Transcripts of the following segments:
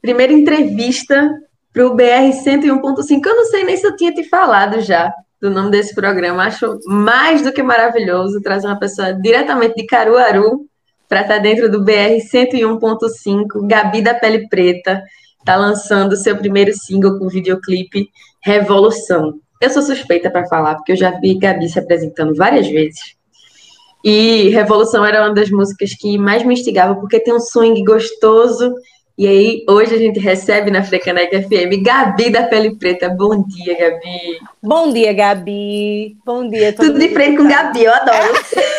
primeira entrevista para o BR 101.5. Eu não sei nem se eu tinha te falado já do nome desse programa. Acho mais do que maravilhoso trazer uma pessoa diretamente de Caruaru para estar dentro do BR 101.5. Gabi da Pele Preta está lançando seu primeiro single com videoclipe, Revolução. Eu sou suspeita para falar, porque eu já vi Gabi se apresentando várias vezes. E Revolução era uma das músicas que mais me instigava, porque tem um swing gostoso. E aí, hoje a gente recebe na Frecaneca FM Gabi da Pele Preta. Bom dia, Gabi. Bom dia, Gabi. Bom dia, todo Tudo de mundo frente que com tá. Gabi, eu adoro.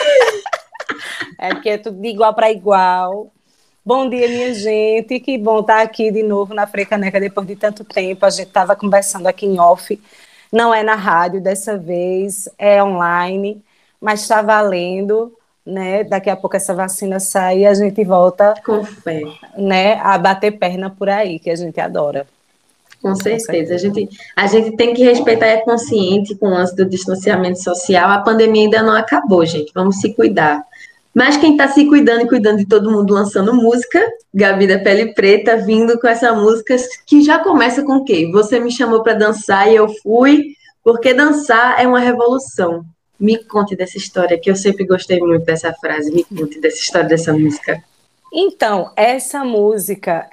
É porque é tudo de igual para igual. Bom dia, minha gente. Que bom estar aqui de novo na Frecaneca depois de tanto tempo. A gente estava conversando aqui em off. Não é na rádio dessa vez, é online, mas está valendo, né? Daqui a pouco essa vacina sai e a gente volta, Com fé. né, a bater perna por aí, que a gente adora. Com Com certeza. certeza. A gente tem que respeitar e é consciente com o lance do distanciamento social. A pandemia ainda não acabou, gente. Vamos se cuidar. Mas quem está se cuidando e cuidando de todo mundo lançando música, Gabi da Pele Preta, vindo com essa música que já começa com o quê? Você me chamou para dançar e eu fui, porque dançar é uma revolução. Me conte dessa história, que eu sempre gostei muito dessa frase. Me conte dessa história dessa música. Então, essa música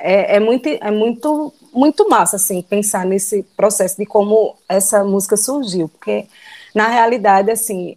muito massa, assim, pensar nesse processo de como essa música surgiu, porque, na realidade, assim,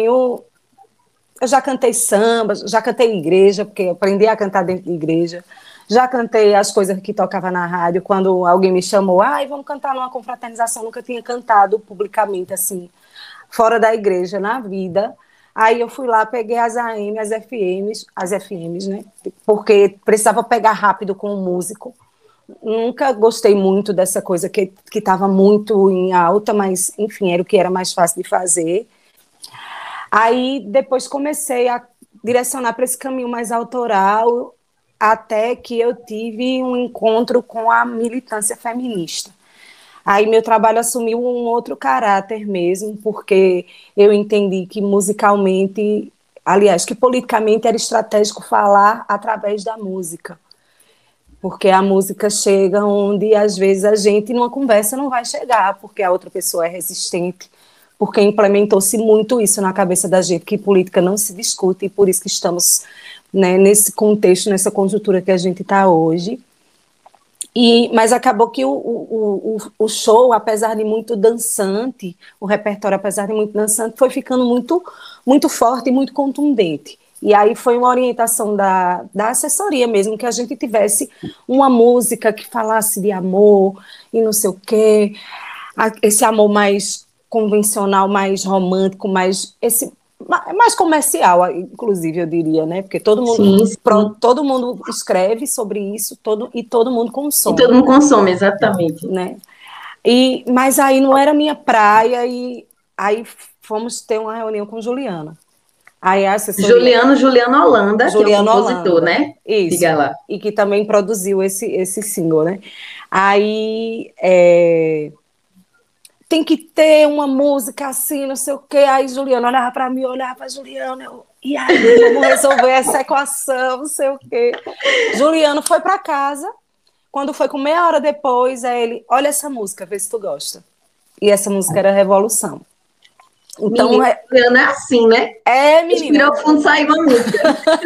eu já cantei samba, já cantei em igreja, porque eu aprendi a cantar dentro de igreja, já cantei as coisas que tocava na rádio, quando alguém me chamou, vamos cantar numa confraternização, nunca tinha cantado publicamente, assim, fora da igreja, na vida. Aí eu fui lá, peguei as AM, as FMs, né? Porque precisava pegar rápido com o músico. Nunca gostei muito dessa coisa que estava muito em alta, mas, enfim, era o que era mais fácil de fazer. Aí depois comecei a direcionar para esse caminho mais autoral, até que eu tive um encontro com a militância feminista. Aí meu trabalho assumiu um outro caráter mesmo, porque eu entendi que musicalmente, aliás, que politicamente era estratégico falar através da música. Porque a música chega onde às vezes a gente numa conversa não vai chegar, porque a outra pessoa é resistente, porque implementou-se muito isso na cabeça da gente, que política não se discute, e por isso que estamos, né, nesse contexto, nessa conjuntura que a gente está hoje. Mas acabou que o show, apesar de muito dançante, o repertório, apesar de muito dançante, foi ficando muito, muito forte e muito contundente. E aí foi uma orientação da assessoria mesmo, que a gente tivesse uma música que falasse de amor e não sei o quê, esse amor mais convencional, mais romântico, mais comercial, inclusive, eu diria, né? Porque Sim, sim. todo mundo escreve sobre isso e todo mundo E todo consome, mundo consome, exatamente. né? Mas aí não era minha praia, e aí fomos ter uma reunião com o Juliano. Aí a assessoria, Juliano Holanda, que é o Juliano compositor, Holanda, né? isso, Diga lá. e que também produziu esse single, né? Aí tem que ter uma música assim, não sei o quê. Aí Juliano olhava para mim, olhava para Juliano, e aí, vamos resolver essa equação, não sei o quê. Juliano foi para casa, quando foi com meia hora depois, aí ele, olha essa música, vê se tu gosta. E essa música era Revolução. Então, Menino, Juliano é assim, né? menina. Respirou fundo, saiu uma música.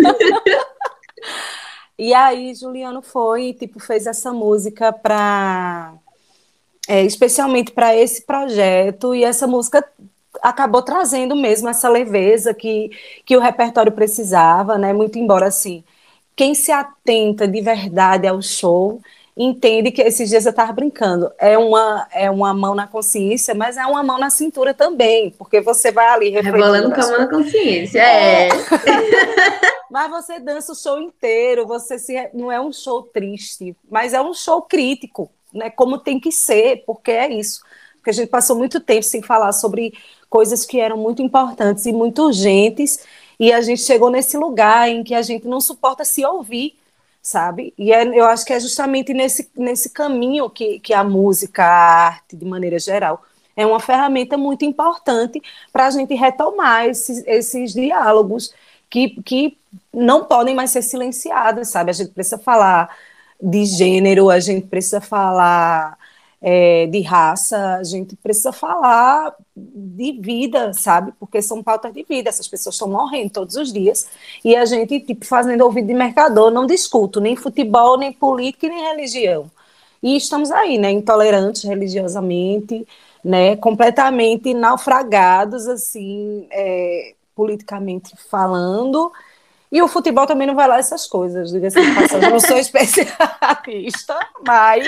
E aí Juliano foi e tipo, fez essa música especialmente para esse projeto, e essa música acabou trazendo mesmo essa leveza que o repertório precisava, né? Muito embora, assim, quem se atenta de verdade ao show entende que esses dias eu estava brincando, é uma mão na consciência, mas é uma mão na cintura também, porque você vai ali refletindo Rebolando com a nas mão na coisas. consciência. É, É. mas você dança o show inteiro, não é um show triste, mas é um show crítico, né? Como tem que ser, porque é isso. Porque a gente passou muito tempo sem falar sobre coisas que eram muito importantes e muito urgentes, e a gente chegou nesse lugar em que a gente não suporta se ouvir, sabe? Eu acho que é justamente nesse caminho que a música, a arte, de maneira geral, é uma ferramenta muito importante para a gente retomar esses diálogos que não podem mais ser silenciados, sabe? A gente precisa falar de gênero, a gente precisa falar de raça, a gente precisa falar de vida, sabe? Porque são pautas de vida, essas pessoas estão morrendo todos os dias, e a gente, tipo, fazendo ouvido de mercador, não discuto nem futebol, nem política, nem religião. E estamos aí, né, intolerantes religiosamente, né, completamente naufragados, assim, politicamente falando, e o futebol também não vai lá essas coisas, diga-se de passagem. Eu não sou especialista, mas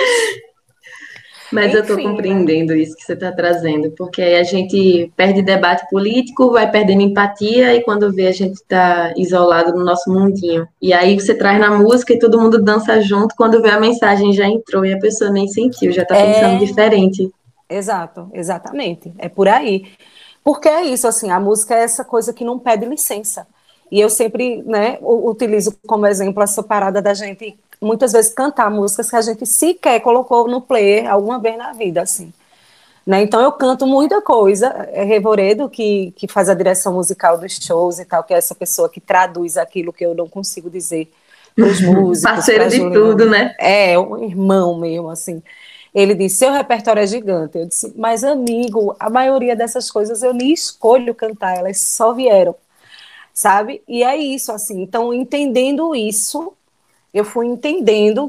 Mas eu estou enfim, né? compreendendo isso que você está trazendo, porque aí a gente perde debate político, vai perdendo empatia, e quando vê a gente está isolado no nosso mundinho. E aí você traz na música e todo mundo dança junto, quando vê a mensagem já entrou e a pessoa nem sentiu, já está pensando É, diferente. exato, exatamente. É por aí. Porque é isso, assim, a música é essa coisa que não pede licença. E eu sempre, né, utilizo como exemplo essa parada da gente muitas vezes cantar músicas que a gente sequer colocou no player alguma vez na vida, assim. Né? Então eu canto muita coisa, Revoredo, que faz a direção musical dos shows e tal, que é essa pessoa que traduz aquilo que eu não consigo dizer para os músicos, para Parceiro a de tudo, Juliana. né? É, um irmão mesmo, assim. Ele disse, seu repertório é gigante. Eu disse, mas amigo, a maioria dessas coisas eu nem escolho cantar, elas só vieram, sabe? E é isso, assim. Então, entendendo isso, eu fui entendendo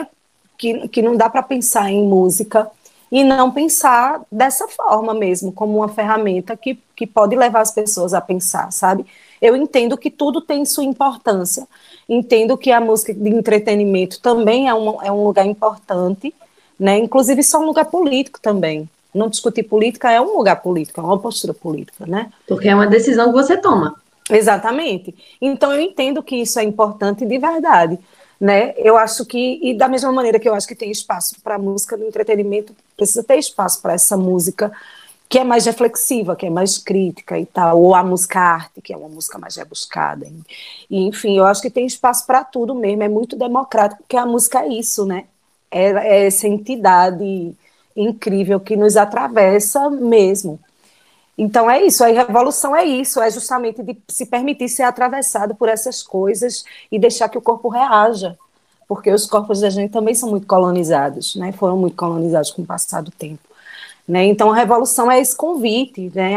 que não dá para pensar em música e não pensar dessa forma mesmo, como uma ferramenta que pode levar as pessoas a pensar, sabe? Eu entendo que tudo tem sua importância, entendo que a música de entretenimento também é um lugar importante, né? Inclusive isso é um lugar político também. Não discutir política é um lugar político, é uma postura política, né? Porque é uma decisão que você toma. Exatamente. Então eu entendo que isso é importante de verdade, né? Eu acho que e da mesma maneira que eu acho que tem espaço para música no entretenimento, precisa ter espaço para essa música que é mais reflexiva, que é mais crítica e tal, ou a música arte, que é uma música mais rebuscada. E enfim, eu acho que tem espaço para tudo mesmo, é muito democrático, porque a música é isso, né? É essa entidade incrível que nos atravessa mesmo. Então é isso, a revolução é isso, é justamente de se permitir ser atravessado por essas coisas e deixar que o corpo reaja, porque os corpos da gente também são muito colonizados, né? Foram muito colonizados com o passar do tempo. Né? Então a revolução é esse convite, né?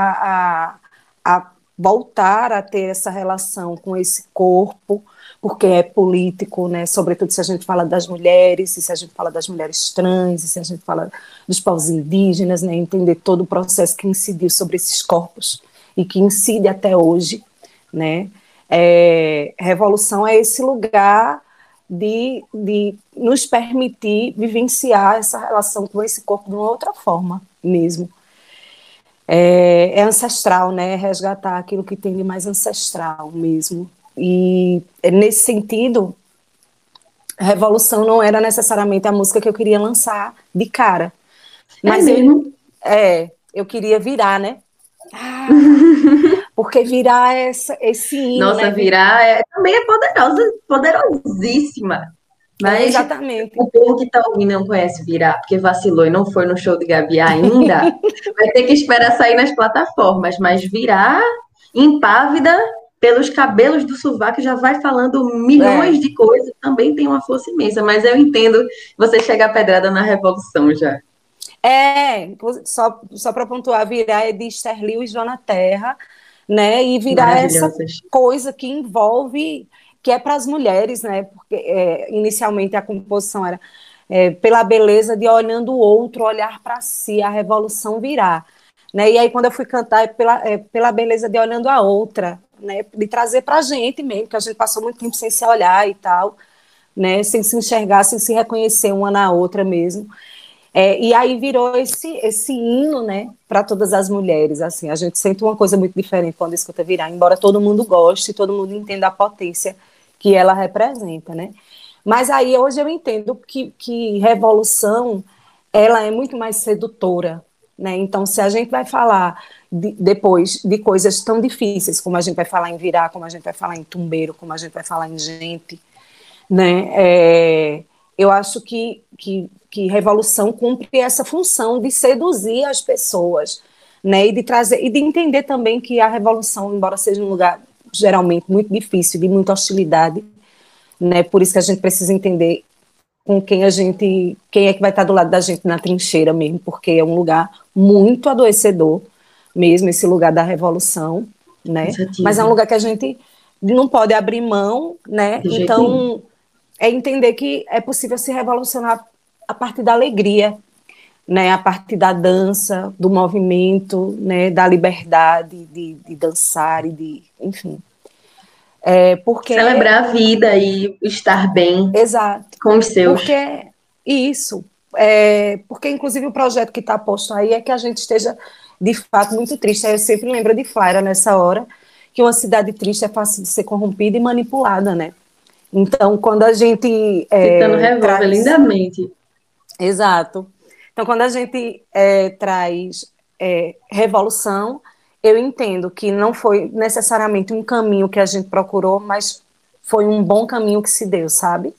A voltar a ter essa relação com esse corpo, porque é político, né? Sobretudo se a gente fala das mulheres, e se a gente fala das mulheres trans, e se a gente fala dos povos indígenas, né? Entender todo o processo que incidiu sobre esses corpos e que incide até hoje, né? Revolução é esse lugar de nos permitir vivenciar essa relação com esse corpo de uma outra forma mesmo. É ancestral, né? É resgatar aquilo que tem de mais ancestral mesmo. E nesse sentido, a Revolução não era necessariamente a música que eu queria lançar de cara, É mas mesmo. eu queria virar, né? Porque virar esse hino, Nossa, né? virar também é poderosa, poderosíssima. Mas Exatamente. o povo que está ouvindo não conhece virar, porque vacilou e não foi no show de Gabi ainda, vai ter que esperar sair nas plataformas. Mas virar impávida pelos cabelos do sovaco já vai falando milhões É, de coisas, também tem uma força imensa. Mas eu entendo você chegar pedrada na revolução já. só para pontuar, virar é de Esther Lewis, Joana Terra, né? E virar essa Maravilhosas. coisa que envolve, que é para as mulheres, né? Porque inicialmente a composição era pela beleza de olhando o outro, olhar para si, a revolução virá. Né? E aí, quando eu fui cantar, pela beleza de olhando a outra, né? De trazer para a gente mesmo, que a gente passou muito tempo sem se olhar e tal, né? Sem se enxergar, sem se reconhecer uma na outra mesmo. E aí virou esse hino, né, para todas as mulheres. Assim, a gente sente uma coisa muito diferente quando escuta virar, embora todo mundo goste, todo mundo entenda a potência que ela representa, né? Mas aí hoje eu entendo que revolução ela é muito mais sedutora, né? Então, se a gente vai falar depois de coisas tão difíceis, como a gente vai falar em virar, como a gente vai falar em tumbeiro, como a gente vai falar em gente, né? Eu acho que revolução cumpre essa função de seduzir as pessoas, né? E de trazer e de entender também que a revolução, embora seja um lugar geralmente muito difícil, de muita hostilidade, né? Por isso que a gente precisa entender com quem é que vai estar do lado da gente na trincheira mesmo, porque é um lugar muito adoecedor mesmo, esse lugar da revolução, né? Mas é um cansativo, lugar que a gente não pode abrir mão, né? de jeito nenhum. Então, é entender que é possível se revolucionar a partir da alegria, né? A partir da dança, do movimento, né? Da liberdade de dançar e de, enfim. Porque Celebrar a vida e estar bem Exato. com os seus. Porque isso, porque inclusive o projeto que está posto aí é que a gente esteja de fato muito triste. Aí eu sempre lembro de Flaira nessa hora, que uma cidade triste é fácil de ser corrompida e manipulada, né? Então, quando a gente Citando Revolver traz. lindamente. Exato. Então, quando a gente traz revolução, eu entendo que não foi necessariamente um caminho que a gente procurou, mas foi um bom caminho que se deu, sabe?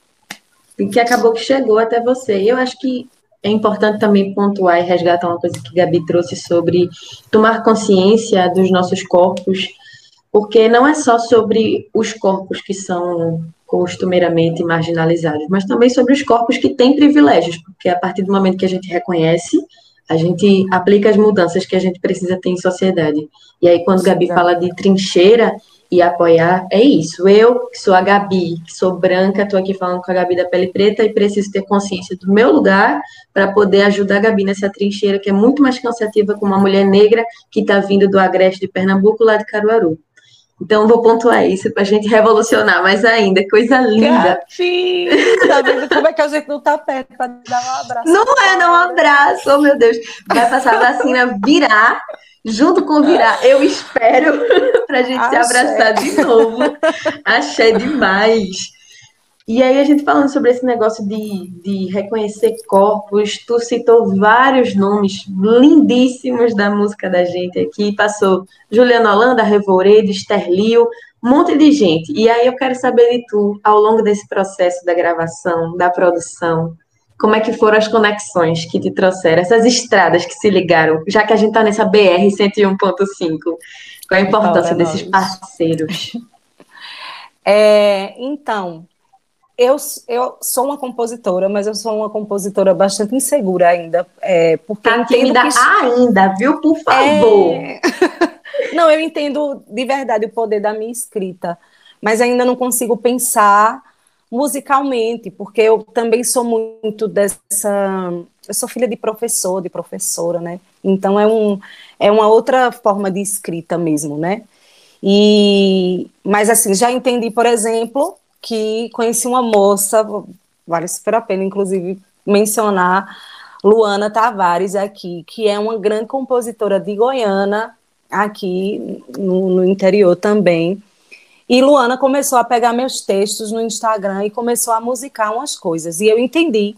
E que acabou que chegou até você. E eu acho que é importante também pontuar e resgatar uma coisa que Gabi trouxe sobre tomar consciência dos nossos corpos, porque não é só sobre os corpos que são costumeiramente marginalizados, mas também sobre os corpos que têm privilégios, porque a partir do momento que a gente reconhece, a gente aplica as mudanças que a gente precisa ter em sociedade. E aí, quando Gabi fala de trincheira e apoiar, é isso. Eu, que sou a Gabi, que sou branca, estou aqui falando com a Gabi da pele preta e preciso ter consciência do meu lugar para poder ajudar a Gabi nessa trincheira, que é muito mais cansativa com uma mulher negra que está vindo do Agreste de Pernambuco, lá de Caruaru. Então, vou pontuar isso para a gente revolucionar mais ainda. Coisa linda. Gabi, tá vendo como é que a gente não tá perto para dar um abraço Não é, não, um agora? abraço, oh meu Deus. Vai passar a vacina virar, junto com virar. Eu espero para a gente se Axé. abraçar de novo. Achei demais. E aí, a gente falando sobre esse negócio de reconhecer corpos, tu citou vários nomes lindíssimos da música da gente aqui. Passou Juliana Holanda, Revoredo, Sterlio, um monte de gente. E aí eu quero saber de tu, ao longo desse processo da gravação, da produção, como é que foram as conexões que te trouxeram, essas estradas que se ligaram, já que a gente está nessa BR 101.5. Qual a Bora importância desses nós. parceiros? Então, eu sou uma compositora, mas eu sou uma compositora bastante insegura ainda, porque Tá entendo tímida que ainda, viu? Por favor. é... Não, eu entendo de verdade o poder da minha escrita, mas ainda não consigo pensar musicalmente, porque eu também sou muito dessa. Eu sou filha de professor, de professora, né? Então é uma outra forma de escrita mesmo, né? Mas assim, já entendi, por exemplo, que conheci uma moça, vale super a pena, inclusive, mencionar Luana Tavares aqui, que é uma grande compositora de Goiânia, aqui no interior também. E Luana começou a pegar meus textos no Instagram e começou a musicar umas coisas. E eu entendi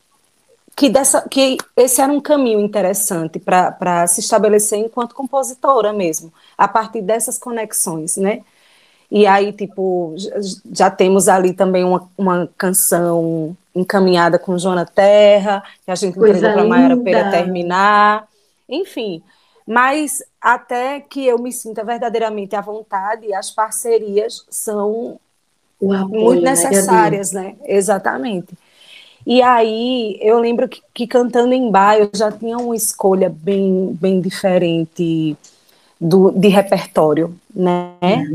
que esse era um caminho interessante para se estabelecer enquanto compositora mesmo, a partir dessas conexões, né? E aí, tipo, já temos ali também uma canção encaminhada com Joana Terra, que a gente entregou Coisa para Maiara Pereira linda. terminar, enfim. Mas até que eu me sinta verdadeiramente à vontade, as parcerias são O muito apoio, né, Gabi? necessárias, né? Exatamente. E aí eu lembro que cantando em bar eu já tinha uma escolha bem diferente de repertório, né?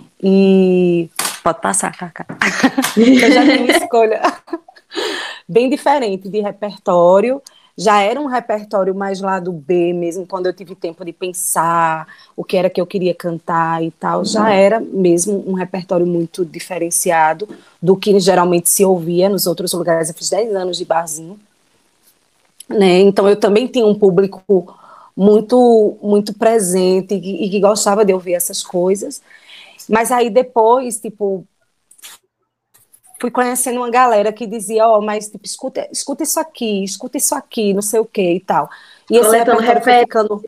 E pode passar, Cacá. Eu já tinha uma escolha bem diferente de repertório. Já era um repertório mais lado B, mesmo quando eu tive tempo de pensar o que era que eu queria cantar e tal. Já era mesmo um repertório muito diferenciado do que geralmente se ouvia nos outros lugares. Eu fiz 10 anos de barzinho, né? Então eu também tinha um público muito presente e que gostava de ouvir essas coisas. Mas aí depois, tipo, fui conhecendo uma galera que dizia, ó, mas tipo, escuta isso aqui, não sei o que e tal. E esse Coletando repertório foi referências. ficando.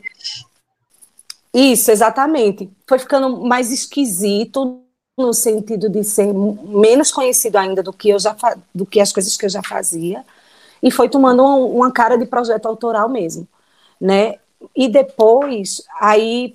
Isso, exatamente. Foi ficando mais esquisito no sentido de ser menos conhecido ainda do que as coisas que eu já fazia. E foi tomando uma cara de projeto autoral mesmo, né? E depois, aí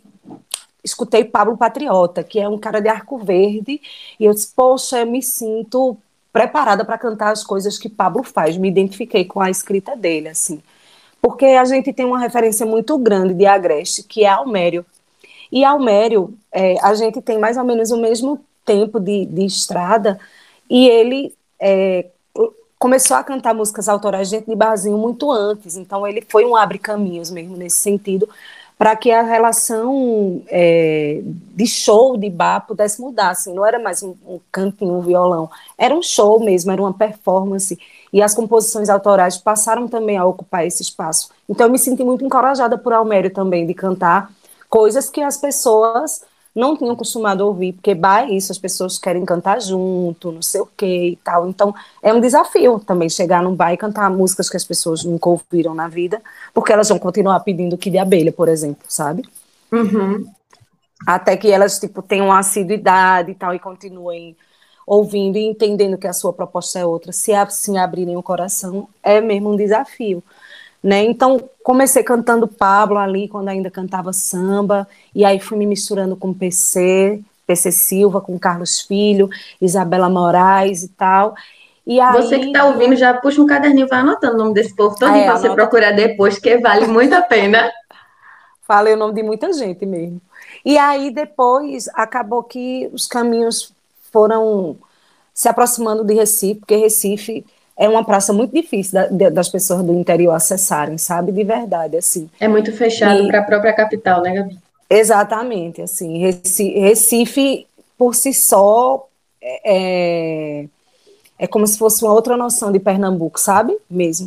escutei Pablo Patriota, que é um cara de Arco Verde, e eu disse, poxa, eu me sinto preparada para cantar as coisas que Pablo faz. Me identifiquei com a escrita dele, assim. Porque a gente tem uma referência muito grande de Agreste, que é Almério. E Almério, a gente tem mais ou menos o mesmo tempo de estrada, e ele começou a cantar músicas autorais dentro de barzinho muito antes, então ele foi um abre-caminhos mesmo nesse sentido, para que a relação de show, de bar, pudesse mudar, assim, não era mais um cantinho, um violão, era um show mesmo, era uma performance, e as composições autorais passaram também a ocupar esse espaço. Então eu me senti muito encorajada por Almério também, de cantar coisas que as pessoas não tinham acostumado a ouvir, porque bar é isso, as pessoas querem cantar junto, não sei o que e tal, então é um desafio também chegar num bar e cantar músicas que as pessoas nunca ouviram na vida, porque elas vão continuar pedindo Kid de Abelha, por exemplo, sabe? Uhum. Até que elas, tipo, tenham assiduidade e tal, e continuem ouvindo e entendendo que a sua proposta é outra, se assim abrirem o coração, é mesmo um desafio. Né? Então, comecei cantando Pablo ali, quando ainda cantava samba, e aí fui me misturando com PC Silva, com Carlos Filho, Isabela Moraes e tal. E Você que aí, está ouvindo, já puxa um caderninho, vai anotando o nome desse povo todinho para você anota, procurar depois, que vale muito a pena. falei o nome de muita gente mesmo. E aí, depois, acabou que os caminhos foram se aproximando de Recife, porque Recife é uma praça muito difícil das pessoas do interior acessarem, sabe? De verdade, assim. É muito fechado E para a própria capital, né, Gabi? exatamente, assim, Recife por si só é, é como se fosse uma outra noção de Pernambuco, sabe? Mesmo.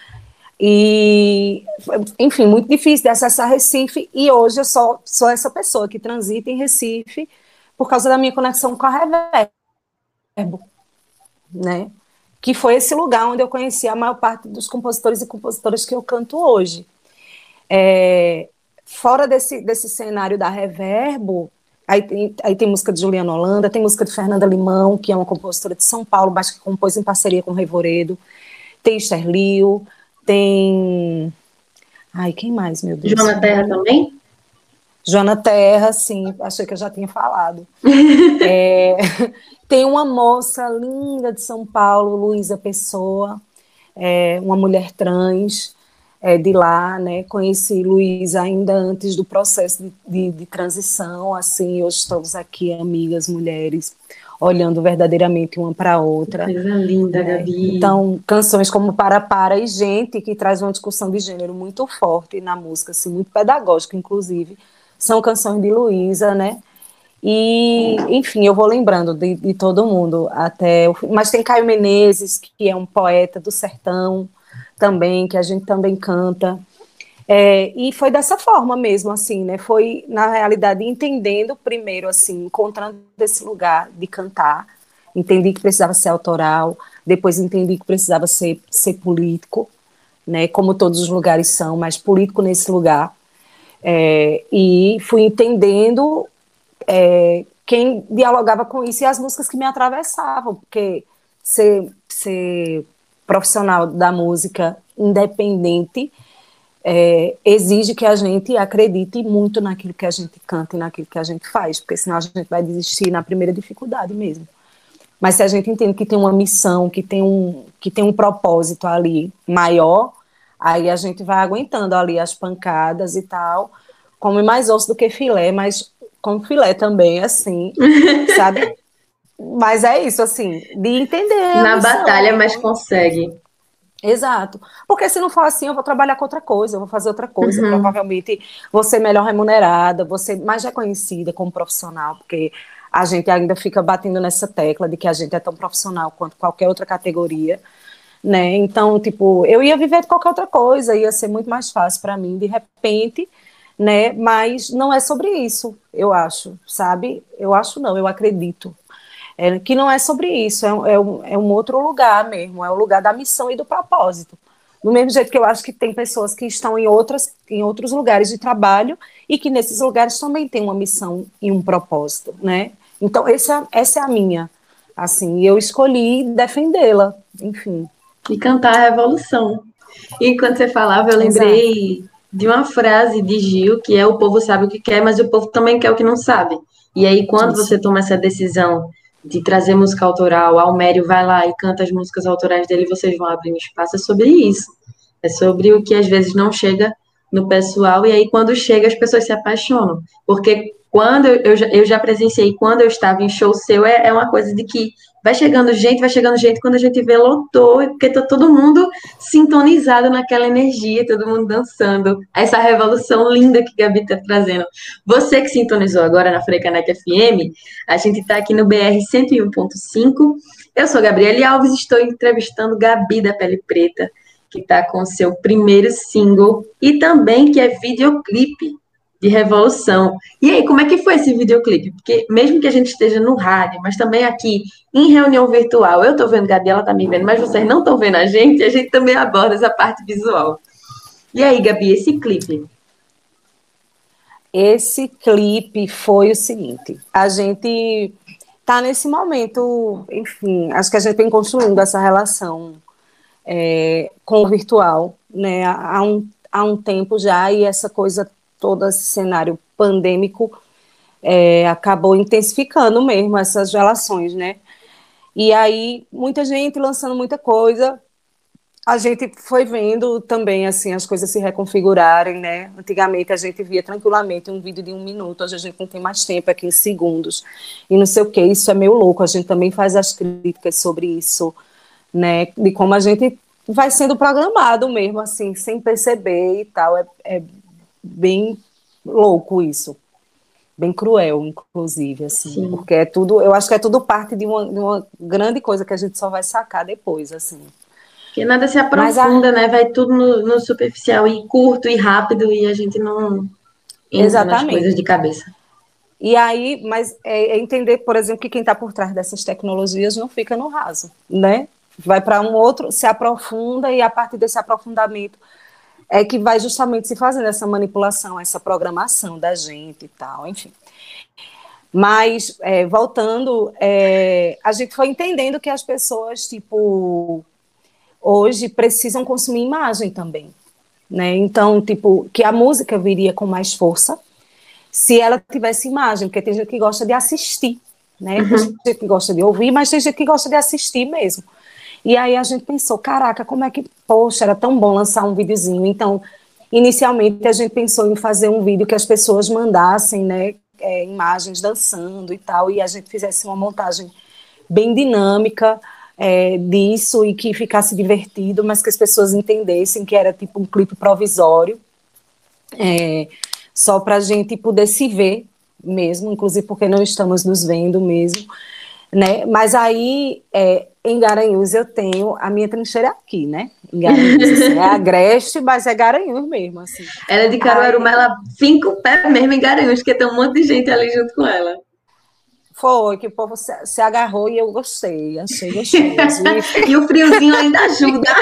E, enfim, muito difícil de acessar Recife, e hoje eu sou essa pessoa que transita em Recife por causa da minha conexão com a Reverbo, né? Que foi esse lugar onde eu conheci a maior parte dos compositores e compositoras que eu canto hoje. Fora desse cenário da Reverbo, aí tem música de Juliana Holanda, tem música de Fernanda Limão, que é uma compositora de São Paulo, mas que compôs em parceria com o Revoredo, tem Esther Liu, tem... Ai, quem mais, meu Deus? Joana Terra também? Joana Terra, sim, achei que eu já tinha falado. Tem uma moça linda de São Paulo, Luísa Pessoa, uma mulher trans, de lá, né? Conheci Luísa ainda antes do processo de transição, assim, hoje estamos aqui, amigas, mulheres, olhando verdadeiramente uma para a outra. Coisa linda, Né? Gabi. Então, canções como Para e Gente, que traz uma discussão de gênero muito forte na música, assim, muito pedagógica, inclusive, são canções de Luísa, né? E, enfim, eu vou lembrando de todo mundo até mas tem Caio Menezes, que é um poeta do sertão também, que a gente também canta. E foi dessa forma mesmo, assim, né? Foi, na realidade, entendendo primeiro, assim, encontrando esse lugar de cantar, entendi que precisava ser autoral, depois entendi que precisava ser político, né? Como todos os lugares são, mas político nesse lugar. E fui entendendo quem dialogava com isso e as músicas que me atravessavam, porque ser profissional da música independente exige que a gente acredite muito naquilo que a gente canta e naquilo que a gente faz, porque senão a gente vai desistir na primeira dificuldade mesmo. Mas se a gente entende que tem uma missão, que tem um propósito ali maior, aí a gente vai aguentando ali as pancadas e tal, come mais osso do que filé, mas com filé também, assim, sabe? Mas é isso, assim, de entender a Na missão. batalha, mas consegue. Exato. Porque se não for assim, eu vou trabalhar com outra coisa, eu vou fazer outra coisa, Uhum. provavelmente vou ser melhor remunerada, vou ser mais reconhecida como profissional, porque a gente ainda fica batendo nessa tecla de que a gente é tão profissional quanto qualquer outra categoria, né? Então, tipo, eu ia viver de qualquer outra coisa, ia ser muito mais fácil para mim, de repente, né? Mas não é sobre isso, eu acho, sabe? Eu acho não, eu acredito. Que não é sobre isso, é um outro lugar mesmo, é o lugar da missão e do propósito. Do mesmo jeito que eu acho que tem pessoas que estão em outros lugares de trabalho e que nesses lugares também tem uma missão e um propósito, né? Então, essa é a minha, assim, e eu escolhi defendê-la, enfim. E cantar a revolução. E enquanto você falava, eu Exato. lembrei de uma frase de Gil, que é: o povo sabe o que quer, mas o povo também quer o que não sabe. E aí, quando você Isso. toma essa decisão de trazer música autoral, Almério vai lá e canta as músicas autorais dele, vocês vão abrir um espaço, é sobre isso. É sobre o que às vezes não chega no pessoal, e aí quando chega as pessoas se apaixonam. Porque quando eu já presenciei, quando eu estava em show seu, é uma coisa de que vai chegando gente, quando a gente vê, lotou, porque tá todo mundo sintonizado naquela energia, todo mundo dançando. Essa revolução linda que Gabi está trazendo. Você que sintonizou agora na Frecanec FM, a gente está aqui no BR 101.5. Eu sou Gabriele Alves, estou entrevistando Gabi da Pele Preta, que está com seu primeiro single e também que é videoclipe de Revolução. E aí, como é que foi esse videoclipe? Porque mesmo que a gente esteja no rádio, mas também aqui em reunião virtual, eu estou vendo Gabi, ela está me vendo, mas vocês não estão vendo a gente também aborda essa parte visual. E aí, Gabi, esse clipe? Esse clipe foi o seguinte, a gente tá nesse momento, enfim, acho que a gente vem construindo essa relação com o virtual, né, há um tempo já, e essa coisa, todo esse cenário pandêmico acabou intensificando mesmo essas relações, né, e aí muita gente lançando muita coisa, a gente foi vendo também, assim, as coisas se reconfigurarem, né? Antigamente a gente via tranquilamente um vídeo de 1 minuto, hoje a gente não tem mais tempo, é 15 segundos, e não sei o que, isso é meio louco, a gente também faz as críticas sobre isso, né? De como a gente vai sendo programado mesmo, assim, sem perceber e tal, é bem louco isso, bem cruel, inclusive, assim, Sim. porque é tudo, eu acho que é tudo parte de uma grande coisa que a gente só vai sacar depois, assim. Porque nada se Mas aprofunda, né? Vai tudo no superficial e curto e rápido e a gente não entra nas coisas de exatamente. cabeça. E aí, mas é entender, por exemplo, que quem está por trás dessas tecnologias não fica no raso, né? Vai para um outro, se aprofunda, e a partir desse aprofundamento é que vai justamente se fazendo essa manipulação, essa programação da gente e tal, enfim. Mas, voltando, a gente foi entendendo que as pessoas, tipo, hoje precisam consumir imagem também, né? Então, tipo, que a música viria com mais força, se ela tivesse imagem, porque tem gente que gosta de assistir, né? Tem gente que gosta de ouvir, mas tem gente que gosta de assistir mesmo. E aí a gente pensou, caraca, como é que, poxa, era tão bom lançar um videozinho. Então, inicialmente a gente pensou em fazer um vídeo que as pessoas mandassem, né, imagens dançando e tal, e a gente fizesse uma montagem bem dinâmica disso e que ficasse divertido, mas que as pessoas entendessem que era tipo um clipe provisório, só para a gente poder se ver mesmo, inclusive porque não estamos nos vendo mesmo, né? Mas aí, em Garanhuns, eu tenho a minha trincheira aqui, né? Em Garanhuns, assim, é Agreste, mas é Garanhuns mesmo, assim. Ela é de Caruaru, Aí, mas ela finca o pé mesmo em Garanhuns, porque tem um monte de gente ali junto com ela. foi que o povo se agarrou e eu gostei, achei gostoso. E o friozinho ainda ajuda.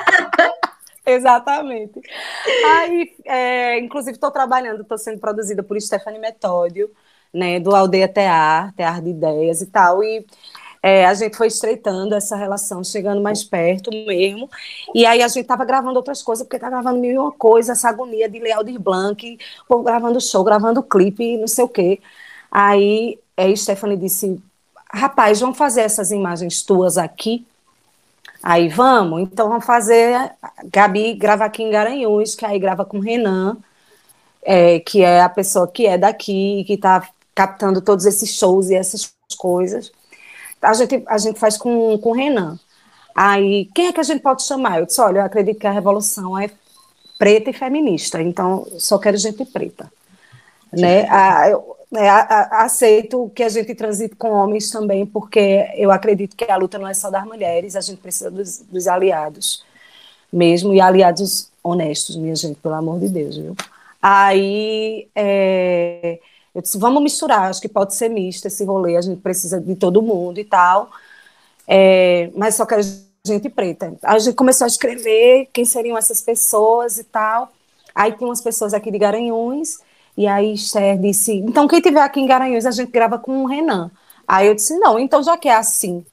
Exatamente. Aí, inclusive, estou trabalhando, estou sendo produzida por Stephanie Metódio, né, do Aldeia Tear, Tear de Ideias e tal, e a gente foi estreitando essa relação, chegando mais perto mesmo, e aí a gente estava gravando outras coisas, porque está gravando mil e uma coisa, essa agonia de Lealdir Blanc, o povo gravando show, gravando clipe, não sei o quê. Aí Stephanie disse, rapaz, vamos fazer essas imagens tuas aqui? Aí vamos, então vamos fazer. Gabi grava aqui em Garanhuns, que aí grava com o Renan, que é a pessoa que é daqui, que está captando todos esses shows e essas coisas. A gente faz com o Renan. Aí, quem é que a gente pode chamar? Eu disse, olha, eu acredito que a revolução é preta e feminista, então só quero gente preta. Né? Aceito que a gente transite com homens também, porque eu acredito que a luta não é só das mulheres, a gente precisa dos aliados mesmo, e aliados honestos, minha gente, pelo amor de Deus, viu? Aí eu disse, vamos misturar, acho que pode ser misto esse rolê, a gente precisa de todo mundo e tal, mas só quero gente preta. A gente começou a escrever quem seriam essas pessoas e tal, aí tem umas pessoas aqui de Garanhuns. E aí Esther disse, então quem estiver aqui em Garanhuns, a gente grava com o Renan. Aí eu disse, não, então já que é assim,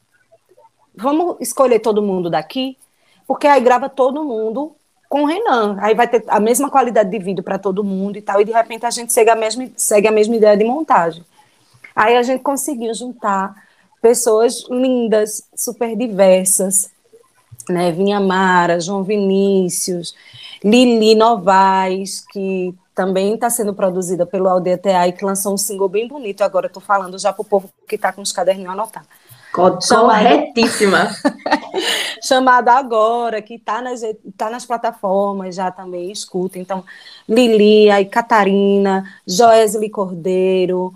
vamos escolher todo mundo daqui, porque aí grava todo mundo com o Renan. Aí vai ter a mesma qualidade de vídeo para todo mundo e tal, e de repente a gente segue a mesma ideia de montagem. Aí a gente conseguiu juntar pessoas lindas, super diversas, né? Vinha Mara, João Vinícius, Lili Novaes, que também está sendo produzida pelo Aldeia TA e que lançou um single bem bonito. Agora estou falando já para o povo que está com os caderninhos a anotar. Corretíssima. Chamada Agora, que tá nas plataformas já também, escuta. Então, Lilia e Catarina, Joesley Cordeiro,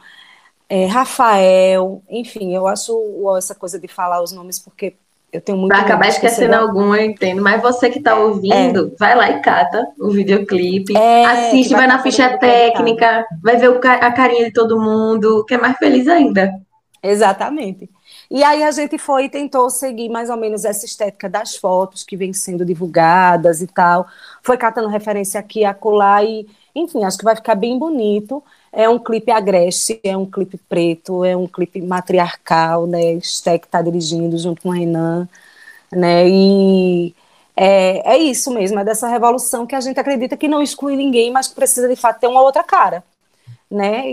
Rafael, enfim, eu acho essa coisa de falar os nomes porque eu tenho muito Vai medo acabar de esquecer esquecendo algum, eu entendo. Mas você que está ouvindo, vai lá e cata o videoclipe. que Assiste, vai vai na estar todo ficha mundo creditado. técnica, vai ver a carinha de todo mundo, que é mais feliz ainda. Exatamente. E aí a gente foi e tentou seguir mais ou menos essa estética das fotos que vem sendo divulgadas e tal. Foi catando referência aqui e acolá e, enfim, acho que vai ficar bem bonito. É um clipe agreste, é um clipe preto, é um clipe matriarcal, né? Stek está dirigindo junto com o Renan, né? E é isso mesmo, é dessa revolução que a gente acredita que não exclui ninguém, mas que precisa de fato ter uma outra cara, né?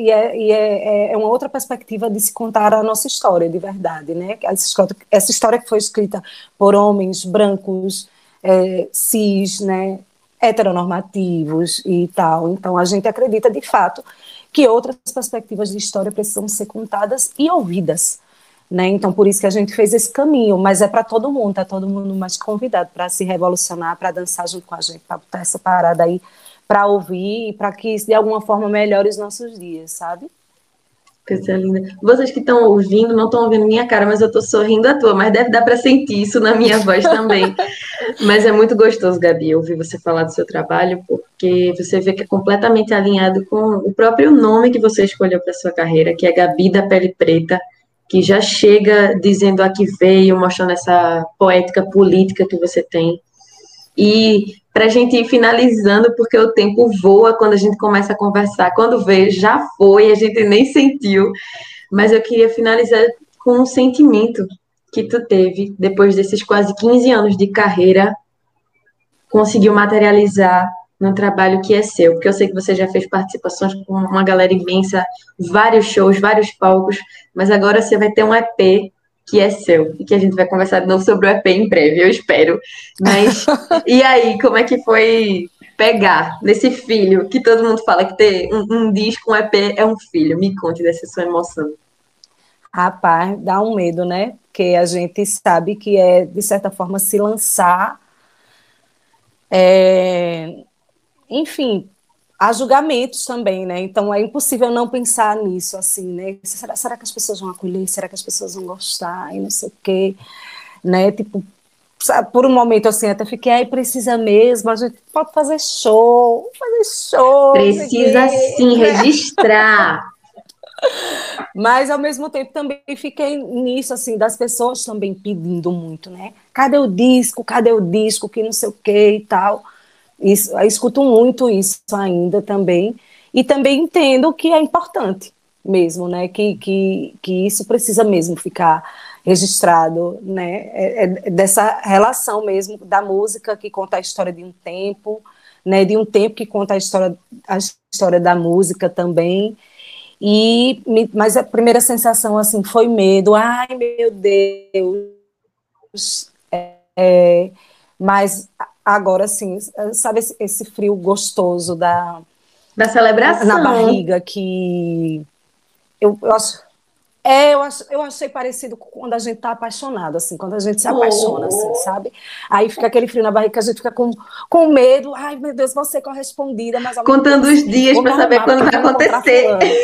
É uma outra perspectiva de se contar a nossa história de verdade, né? Essa história que foi escrita por homens brancos, cis, né? Heteronormativos e tal. Então a gente acredita de fato que outras perspectivas de história precisam ser contadas e ouvidas, né? Então por isso que a gente fez esse caminho, mas é para todo mundo, tá todo mundo mais convidado para se revolucionar, para dançar junto com a gente, para botar essa parada aí para ouvir e para que isso de alguma forma melhore os nossos dias, sabe? Coisa linda. Vocês que estão ouvindo, não estão ouvindo minha cara, mas eu estou sorrindo à toa, mas deve dar para sentir isso na minha voz também. Mas é muito gostoso, Gabi, ouvir você falar do seu trabalho, porque você vê que é completamente alinhado com o próprio nome que você escolheu para sua carreira, que é Gabi da Pele Preta, que já chega dizendo a que veio, mostrando essa poética política que você tem. E para a gente ir finalizando, porque o tempo voa quando a gente começa a conversar. Quando vê, já foi, a gente nem sentiu. Mas eu queria finalizar com um sentimento que tu teve depois desses quase 15 anos de carreira, conseguiu materializar num trabalho que é seu. Porque eu sei que você já fez participações com uma galera imensa, vários shows, vários palcos, mas agora você vai ter um EP que é seu, e que a gente vai conversar de novo sobre o EP em breve, eu espero. Mas, e aí, como é que foi pegar nesse filho, que todo mundo fala que ter um disco, um EP é um filho? Me conte dessa sua emoção. Rapaz, dá um medo, né? Porque a gente sabe que é, de certa forma, se lançar, é, enfim, há julgamentos também, né? Então é impossível não pensar nisso, assim, né? Será que as pessoas vão acolher? Será que as pessoas vão gostar? E não sei o quê, né? Tipo, sabe, por um momento, assim, até fiquei, aí precisa mesmo, a gente pode fazer show, não sei o Precisa quê, sim né? registrar. Mas, ao mesmo tempo, também fiquei nisso, assim, das pessoas também pedindo muito, né? Cadê o disco? Cadê o disco? Que não sei o quê e tal. Isso, eu escuto muito isso ainda também. E também entendo que é importante mesmo, né? Que isso precisa mesmo ficar registrado, né? É dessa relação mesmo da música que conta a história de um tempo, né? De um tempo que conta a história da música também. Mas a primeira sensação assim foi medo. Ai, meu Deus. Mas agora sim, sabe esse frio gostoso Da na celebração. barriga que eu acho. Eu achei parecido com quando a gente tá apaixonado, assim, quando a gente se apaixona, assim, Oh. sabe? Aí fica aquele frio na barriga que a gente fica com medo. Ai, meu Deus, vou ser correspondida, mas ao mesmo tempo Contando assim, os dias vou me para saber arrumar quando porque vai vou encontrar acontecer. fulano.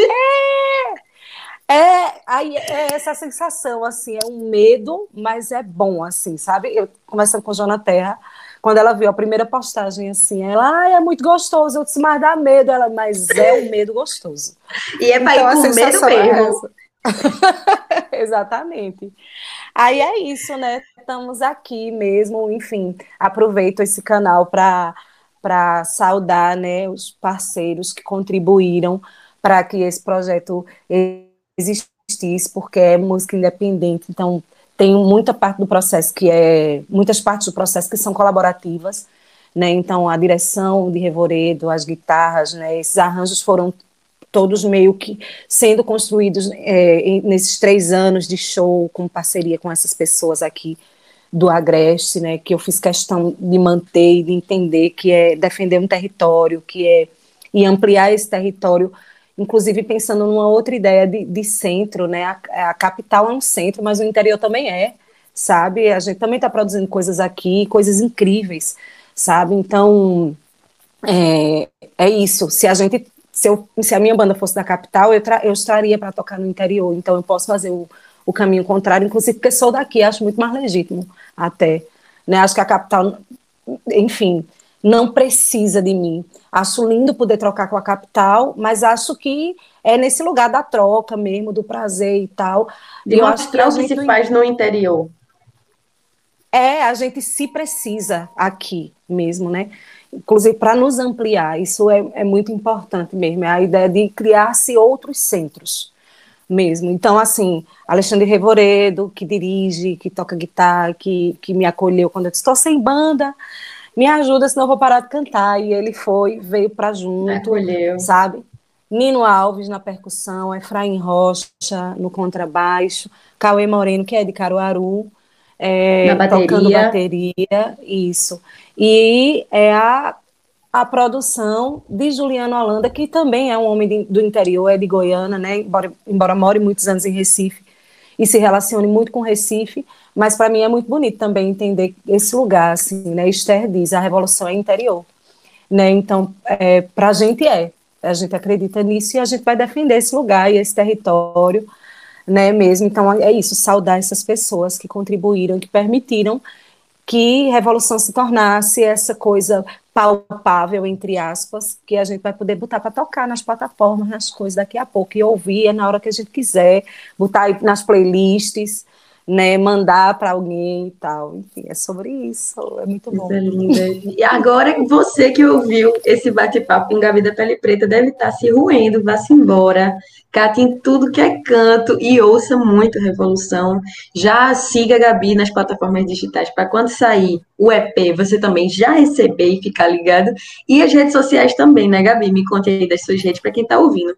Aí é essa sensação, assim, é um medo, mas é bom, assim, sabe? Eu conversando com a Jona Terra, quando ela viu a primeira postagem, assim, ela, é muito gostoso, eu disse, mas dá medo, ela, mas é um medo gostoso. E é para Então ir a com medo sensação é mesmo. essa. Exatamente. Aí é isso, né? Estamos aqui mesmo, enfim, aproveito esse canal para saudar, né, os parceiros que contribuíram para que esse projeto existisse, porque é música independente, então tem muita parte do processo muitas partes do processo que são colaborativas, né? Então a direção de Revoredo, as guitarras, né, esses arranjos foram todos meio que sendo construídos nesses 3 anos de show, com parceria com essas pessoas aqui do Agreste, né, que eu fiz questão de manter e de entender que é defender um território, e ampliar esse território, inclusive pensando numa outra ideia de centro, né, a capital é um centro, mas o interior também sabe, a gente também está produzindo coisas aqui, coisas incríveis, sabe, então é isso, se a minha banda fosse da capital, eu estaria para tocar no interior, então eu posso fazer o caminho contrário, inclusive porque sou daqui, acho muito mais legítimo até, né, acho que a capital, enfim, não precisa de mim, acho lindo poder trocar com a capital, mas acho que é nesse lugar da troca mesmo, do prazer e tal, De eu acho que mostrar o que se faz no interior. a gente se precisa aqui mesmo, né? Inclusive para nos ampliar, isso é muito importante mesmo, é a ideia de criar-se outros centros mesmo. Então, assim, Alexandre Revoredo, que dirige, que toca guitarra, que me acolheu quando eu disse, estou sem banda, me ajuda, senão eu vou parar de cantar. E ele veio para junto, Acolheu. sabe? Nino Alves na percussão, Efraim Rocha no contrabaixo, Cauê Moreno, que é de Caruaru, Na tocando bateria. bateria, isso. E a produção de Juliano Holanda, que também é um homem do interior, é de Goiânia, né? Embora more muitos anos em Recife e se relacione muito com Recife, mas para mim é muito bonito também entender esse lugar, assim, né? Esther diz, a revolução é interior, né? Então, para a gente acredita nisso e a gente vai defender esse lugar e esse território, né? Mesmo, então é isso, saudar essas pessoas que contribuíram, que permitiram que revolução se tornasse essa coisa palpável, entre aspas, que a gente vai poder botar para tocar nas plataformas, nas coisas daqui a pouco, e ouvir na hora que a gente quiser, botar aí nas playlists, né, mandar para alguém e tal. Enfim, é sobre isso, é muito bom. Coisa linda. E agora você que ouviu esse bate-papo em Gabi da Pele Preta deve estar se roendo, vá-se embora, cate em tudo que é canto e ouça muito Revolução. Já siga a Gabi nas plataformas digitais para quando sair o EP você também já receber e ficar ligado. E as redes sociais também, né, Gabi? Me conte aí das suas redes para quem está ouvindo.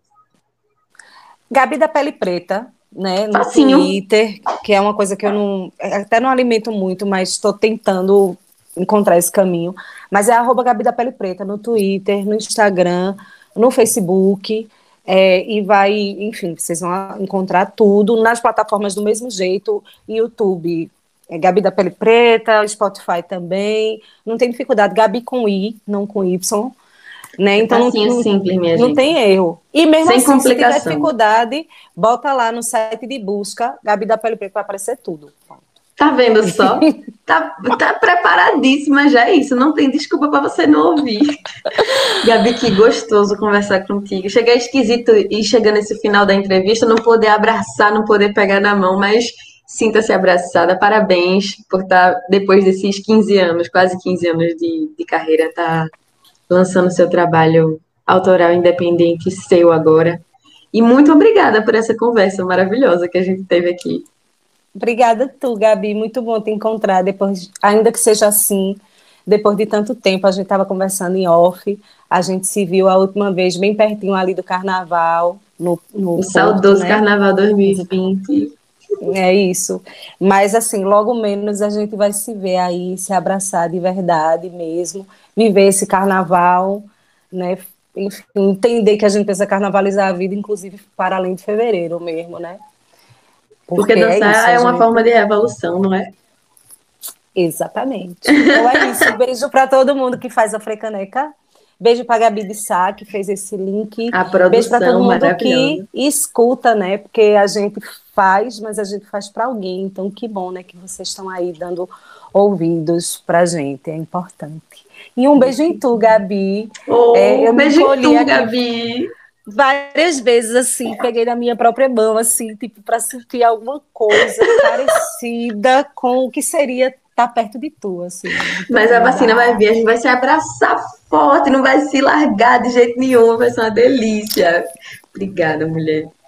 Gabi da Pele Preta, né, no Facinho. Twitter, que é uma coisa que eu até não alimento muito, mas estou tentando encontrar esse caminho, mas é @Gabi da Pele Preta no Twitter, no Instagram, no Facebook, e vai, enfim, vocês vão encontrar tudo nas plataformas do mesmo jeito, YouTube, Gabi da Pele Preta, Spotify também, não tem dificuldade, Gabi com I, não com Y, né? É Então facinho, simples, minha não gente. tem erro. E mesmo Sem assim, se tiver complicação. dificuldade, bota lá no site de busca, Gabi da Pele Preta, vai aparecer tudo. Tá vendo só? Tá preparadíssima já é isso. Não tem desculpa para você não ouvir. Gabi, que gostoso conversar contigo. Chega esquisito e chegando nesse final da entrevista, não poder abraçar, não poder pegar na mão, mas sinta-se abraçada. Parabéns por estar, depois desses 15 anos, quase 15 anos de carreira, tá lançando seu trabalho autoral independente seu agora. E muito obrigada por essa conversa maravilhosa que a gente teve aqui. Obrigada tu, Gabi, muito bom te encontrar, depois, ainda que seja assim, depois de tanto tempo, a gente estava conversando em off, a gente se viu a última vez bem pertinho ali do Carnaval, no O Porto, saudoso né? Carnaval 2020. É isso. Mas, assim, logo menos a gente vai se ver aí, se abraçar de verdade mesmo, viver esse carnaval, né? Enfim, entender que a gente precisa carnavalizar a vida, inclusive para além de fevereiro mesmo, né? Porque Porque é isso, dançar a é uma forma gente. de revolução, não é? Exatamente. Então é isso. Beijo para todo mundo que faz a Frecaneca. Beijo para a Gabi de Sá, que fez esse link. A Beijo para todo produção mundo que maravilhosa. escuta, né? Porque a gente faz, mas a gente faz para alguém. Então, que bom, né? Que vocês estão aí dando ouvidos para a gente. É importante. E um beijo em tu, Gabi. Oh, Eu me beijo em encolhi tu, aqui Gabi. várias vezes, assim, peguei na minha própria mão, assim, tipo, para sentir alguma coisa parecida com o que seria estar perto de tu, assim, muito Mas a linda. vacina vai vir, a gente vai se abraçar forte, não vai se largar de jeito nenhum, vai ser uma delícia. Obrigada, mulher.